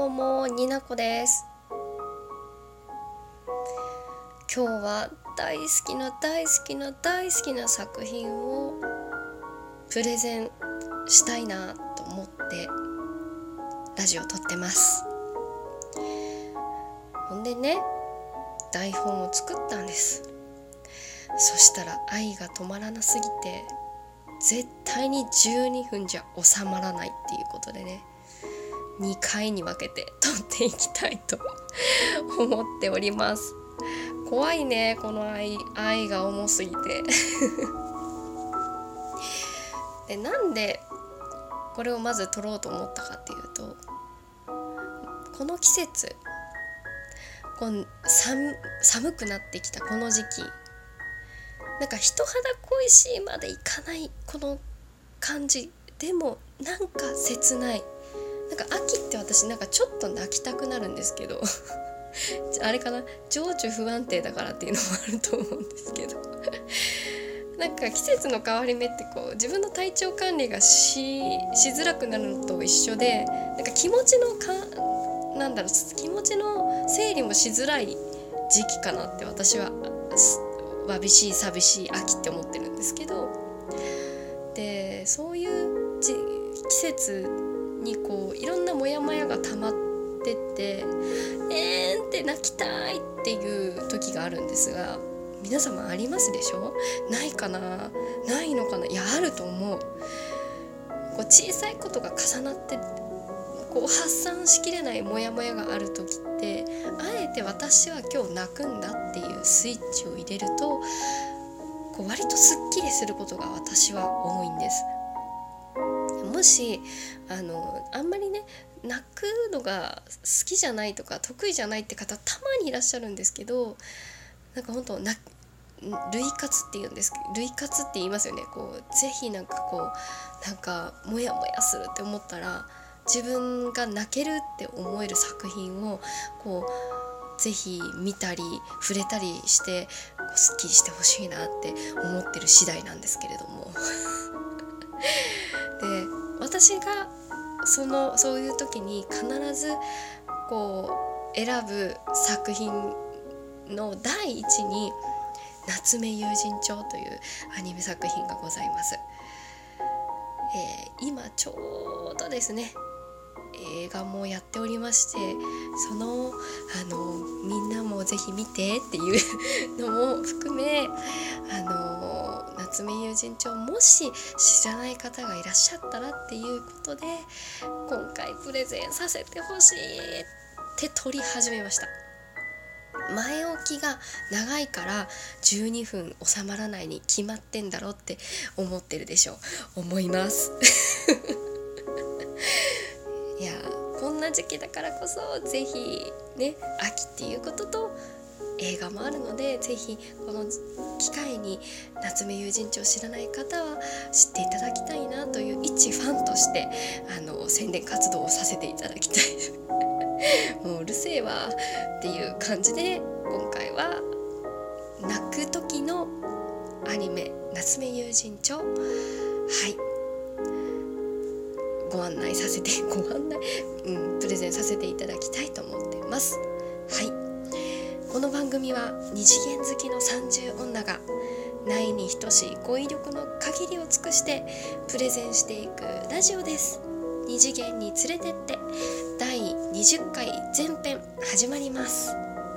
どうもになこです。今日は大好きな作品をプレゼンしたいなと思ってラジオ撮ってます。ほんでね、台本を作ったんです。そしたら愛が止まらなすぎて絶対に12分じゃ収まらないっていうことでね、2回に分けて撮っていきたいと思っております。怖いね、この愛が重すぎてで、なんでこれをまず撮ろうと思ったかっていうと、この季節、寒くなってきたこの時期、なんか人肌恋しいまでいかないこの感じでもなんか切ない。なんか秋って私なんかちょっと泣きたくなるんですけどあれかな、情緒不安定だからっていうのもあると思うんですけどなんか季節の変わり目って自分の体調管理がしづらくなるのと一緒で、なんか気持ちの整理もしづらい時期かなって私はわびしい寂しい秋って思ってるんですけど、でそういう季節にいろんなモヤモヤが溜まってってって泣きたいっていう時があるんですが、皆様ありますでしょ？ないかな？ないのかな？いや、あると思う。小さいことが重なって発散しきれないモヤモヤがある時って、あえて私は今日泣くんだっていうスイッチを入れると割とすっきりすることが私は多いんです。もしあんまりね泣くのが好きじゃないとか得意じゃないって方たまにいらっしゃるんですけど、なんか本当類活って言うんですけど、類活って言いますよね。ぜひなんかモヤモヤするって思ったら、自分が泣けるって思える作品をぜひ見たり触れたりしてすっきりしてほしいなって思ってる次第なんですけれどもで、私がそういう時に必ず選ぶ作品の第一に夏目友人帳というアニメ作品がございます。今ちょうどですね、映画もやっておりまして、みんなもぜひ見てっていうのも含め、夏目友人帳もし知らない方がいらっしゃったらっていうことで、今回プレゼンさせてほしいって撮り始めました。前置きが長いから12分収まらないに決まってんだろって思ってるでしょう。思いますいや、こんな時期だからこそぜひね、秋っていうことと映画もあるので、ぜひこの機会に夏目友人帳を知らない方は知っていただきたいなという一ファンとして宣伝活動をさせていただきたいもううるせえわっていう感じで、今回は泣く時のアニメ夏目友人帳、プレゼンさせていただきたいと思っています。この番組は二次元好きの30女がないに等しい語彙力の限りを尽くしてプレゼンしていくラジオです。二次元に連れてって第20回前編始まります。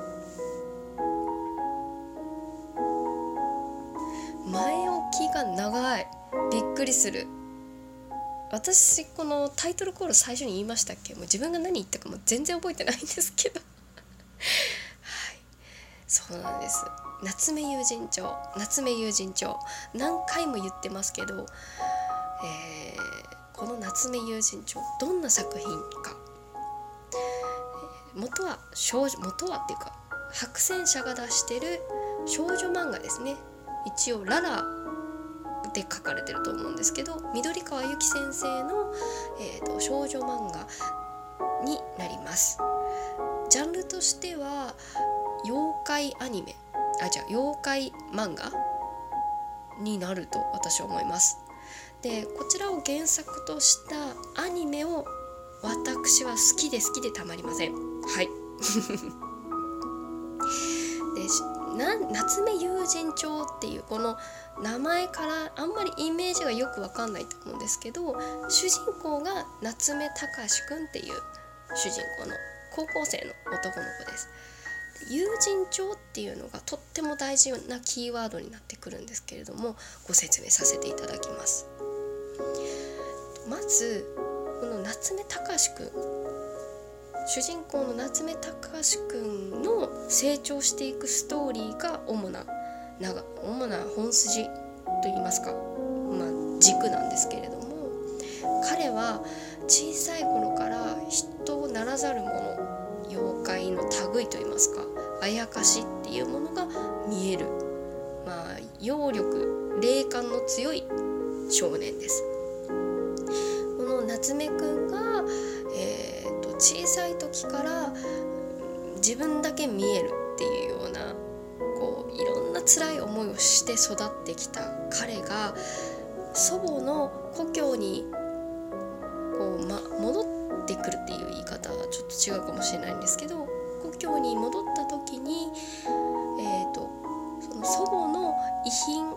前置きが長い、びっくりする。私このタイトルコール最初に言いましたっけ？もう自分が何言ったかも全然覚えてないんですけどそうなんです。夏目友人帳何回も言ってますけど、この夏目友人帳どんな作品か、元はっていうか白泉社が出してる少女漫画ですね。一応ララで書かれてると思うんですけど、緑川由紀先生の、少女漫画になります。ジャンルとしては妖怪漫画になると私は思います。で、こちらを原作としたアニメを私は好きでたまりません。はいで夏目友人帳っていうこの名前からあんまりイメージがよくわかんないと思うんですけど、主人公が夏目隆くんっていう主人公の高校生の男の子です。友人帳っていうのがとっても大事なキーワードになってくるんですけれども、ご説明させていただきます。まずこの夏目隆くん、主人公の夏目隆くんの成長していくストーリーが主な本筋といいますか、軸なんですけれども、彼は小さい頃から人ならざるもの、妖怪の類といいますか、あやかしっていうものが見える、妖力霊感の強い少年です。この夏目くんが、小さい時から自分だけ見えるっていうような、いろんな辛い思いをして育ってきた彼が祖母の故郷に戻ってくるっていう言い方はちょっと違うかもしれないんですけど、故郷に戻った時に、その祖母の遺品、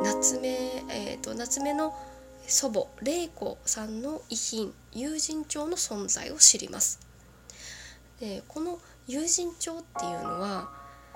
夏目の祖母玲子さんの遺品、友人帳の存在を知ります。でこの友人帳っていうのは、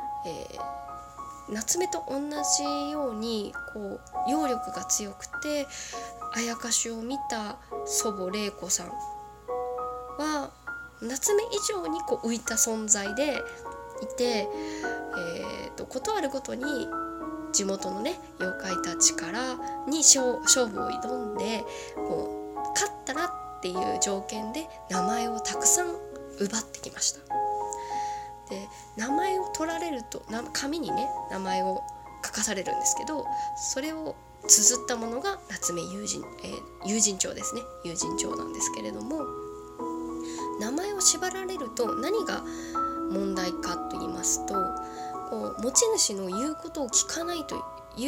夏目と同じように妖力が強くてあやかしを見た祖母玲子さんは夏目以上に浮いた存在でいて、ことあるごとに地元のね妖怪たちからに勝負を挑んで勝ったらっていう条件で名前をたくさん奪ってきました。で名前を取られると紙にね名前を書かされるんですけど、それを綴ったものが夏目友人帳ですね。友人帳なんですけれども、名前を縛られると何が問題かと言いますと、持ち主の言うことを聞かないとい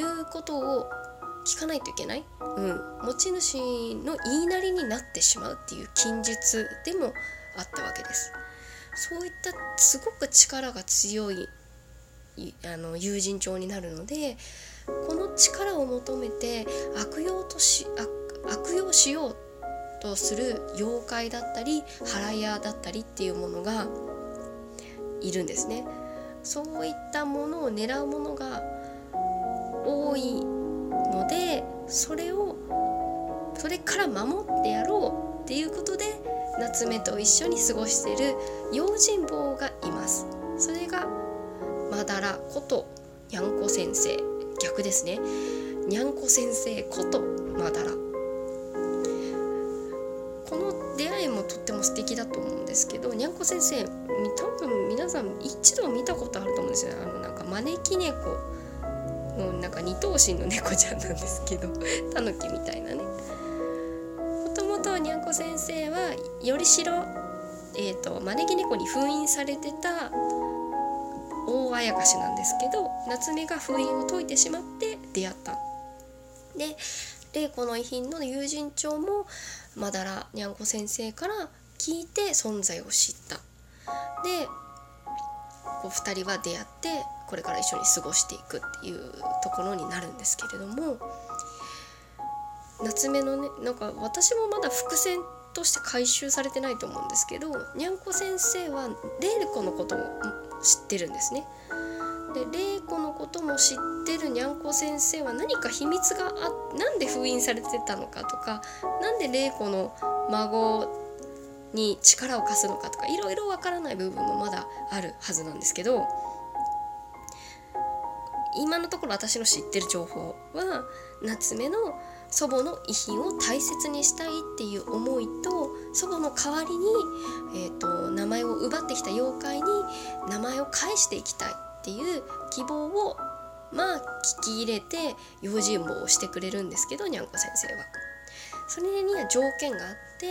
けない、持ち主の言いなりになってしまうっていう禁術でもあったわけです。そういったすごく力が強い友人帳になるので、この力を求めて悪用しようとする妖怪だったり祓い屋だったりっていうものがいるんですね。そういったものを狙うものが多いので、それから守ってやろうっていうことで夏目と一緒に過ごしている用心棒がいます。それがまだらことにゃんこ先生、逆ですね。にゃんこ先生ことまだら。この出会いもとっても素敵だと思うんですけど、にゃんこ先生多分皆さん一度見たことあると思うんですよ。招き猫の二頭身の猫ちゃんなんですけどタヌキみたいなね。もともとにゃんこ先生はよりしろ、招き猫に封印されてた大あやかしなんですけど、夏目が封印を解いてしまって出会った。で玲子の遺品の友人帳もまだらにゃんこ先生から聞いて存在を知った。で2人は出会ってこれから一緒に過ごしていくっていうところになるんですけれども、夏目のね私もまだ伏線として回収されてないと思うんですけど、にゃんこ先生は玲子のことも知ってるんですね。で玲子のことも知ってるにゃんこ先生は何か秘密がなんで封印されてたのかとか、なんで玲子の孫に力を貸すのかとか、いろいろわからない部分もまだあるはずなんですけど、今のところ私の知ってる情報は夏目の祖母の遺品を大切にしたいっていう思いと、祖母の代わりに、名前を奪ってきた妖怪に名前を返していきたいっていう希望を聞き入れて用心棒をしてくれるんですけど、にゃんこ先生はそれには条件があって、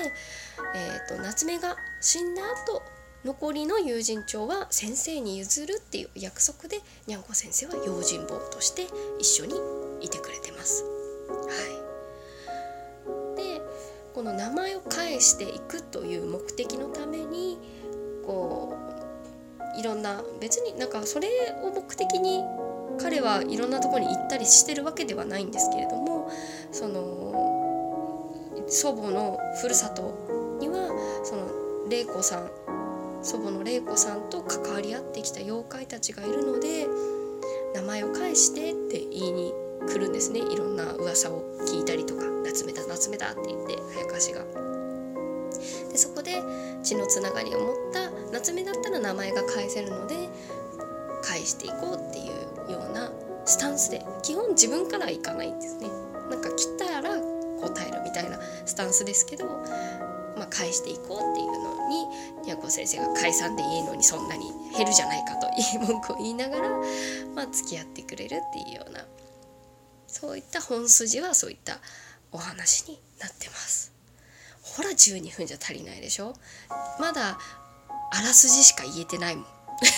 夏目が死んだ後残りの友人帳は先生に譲るっていう約束で、にゃんこ先生は用心棒として一緒にいてくれてます。はい。でこの名前を返していくという目的のためにこういろんな、別になんかそれを目的に彼はいろんなところに行ったりしてるわけではないんですけれども、その祖母のふるさとにはその玲子さん、祖母の玲子さんと関わり合ってきた妖怪たちがいるので、名前を返してって言いに来るんですね。いろんな噂を聞いたりとか、夏目だ夏目だって言って早川氏が。でそこで血のつながりを持った夏目だったら名前が返せるので返していこうっていうようなスタンスで、基本自分からはいかないんですね。なんか来たら答えるみたいなスタンスですけど、返していこうっていうのににゃこ先生が解散でいいのにそんなに減るじゃないかと文句を言いながら、付き合ってくれるっていうような、そういった本筋はそういったお話になってます。ほら12分じゃ足りないでしょ。まだあらすじしか言えてないもん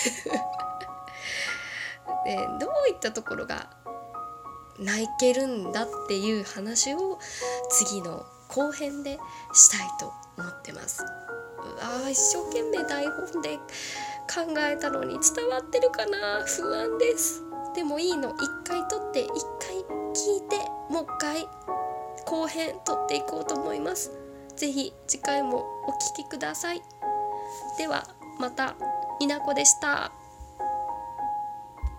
でどういったところが泣けるんだっていう話を次の後編でしたいと思ってます。一生懸命台本で考えたのに伝わってるかな、不安です。でもいいの、一回撮って一回聞いてもう一回後編撮っていこうと思います。ぜひ次回もお聞きください。ではまた、になこでした。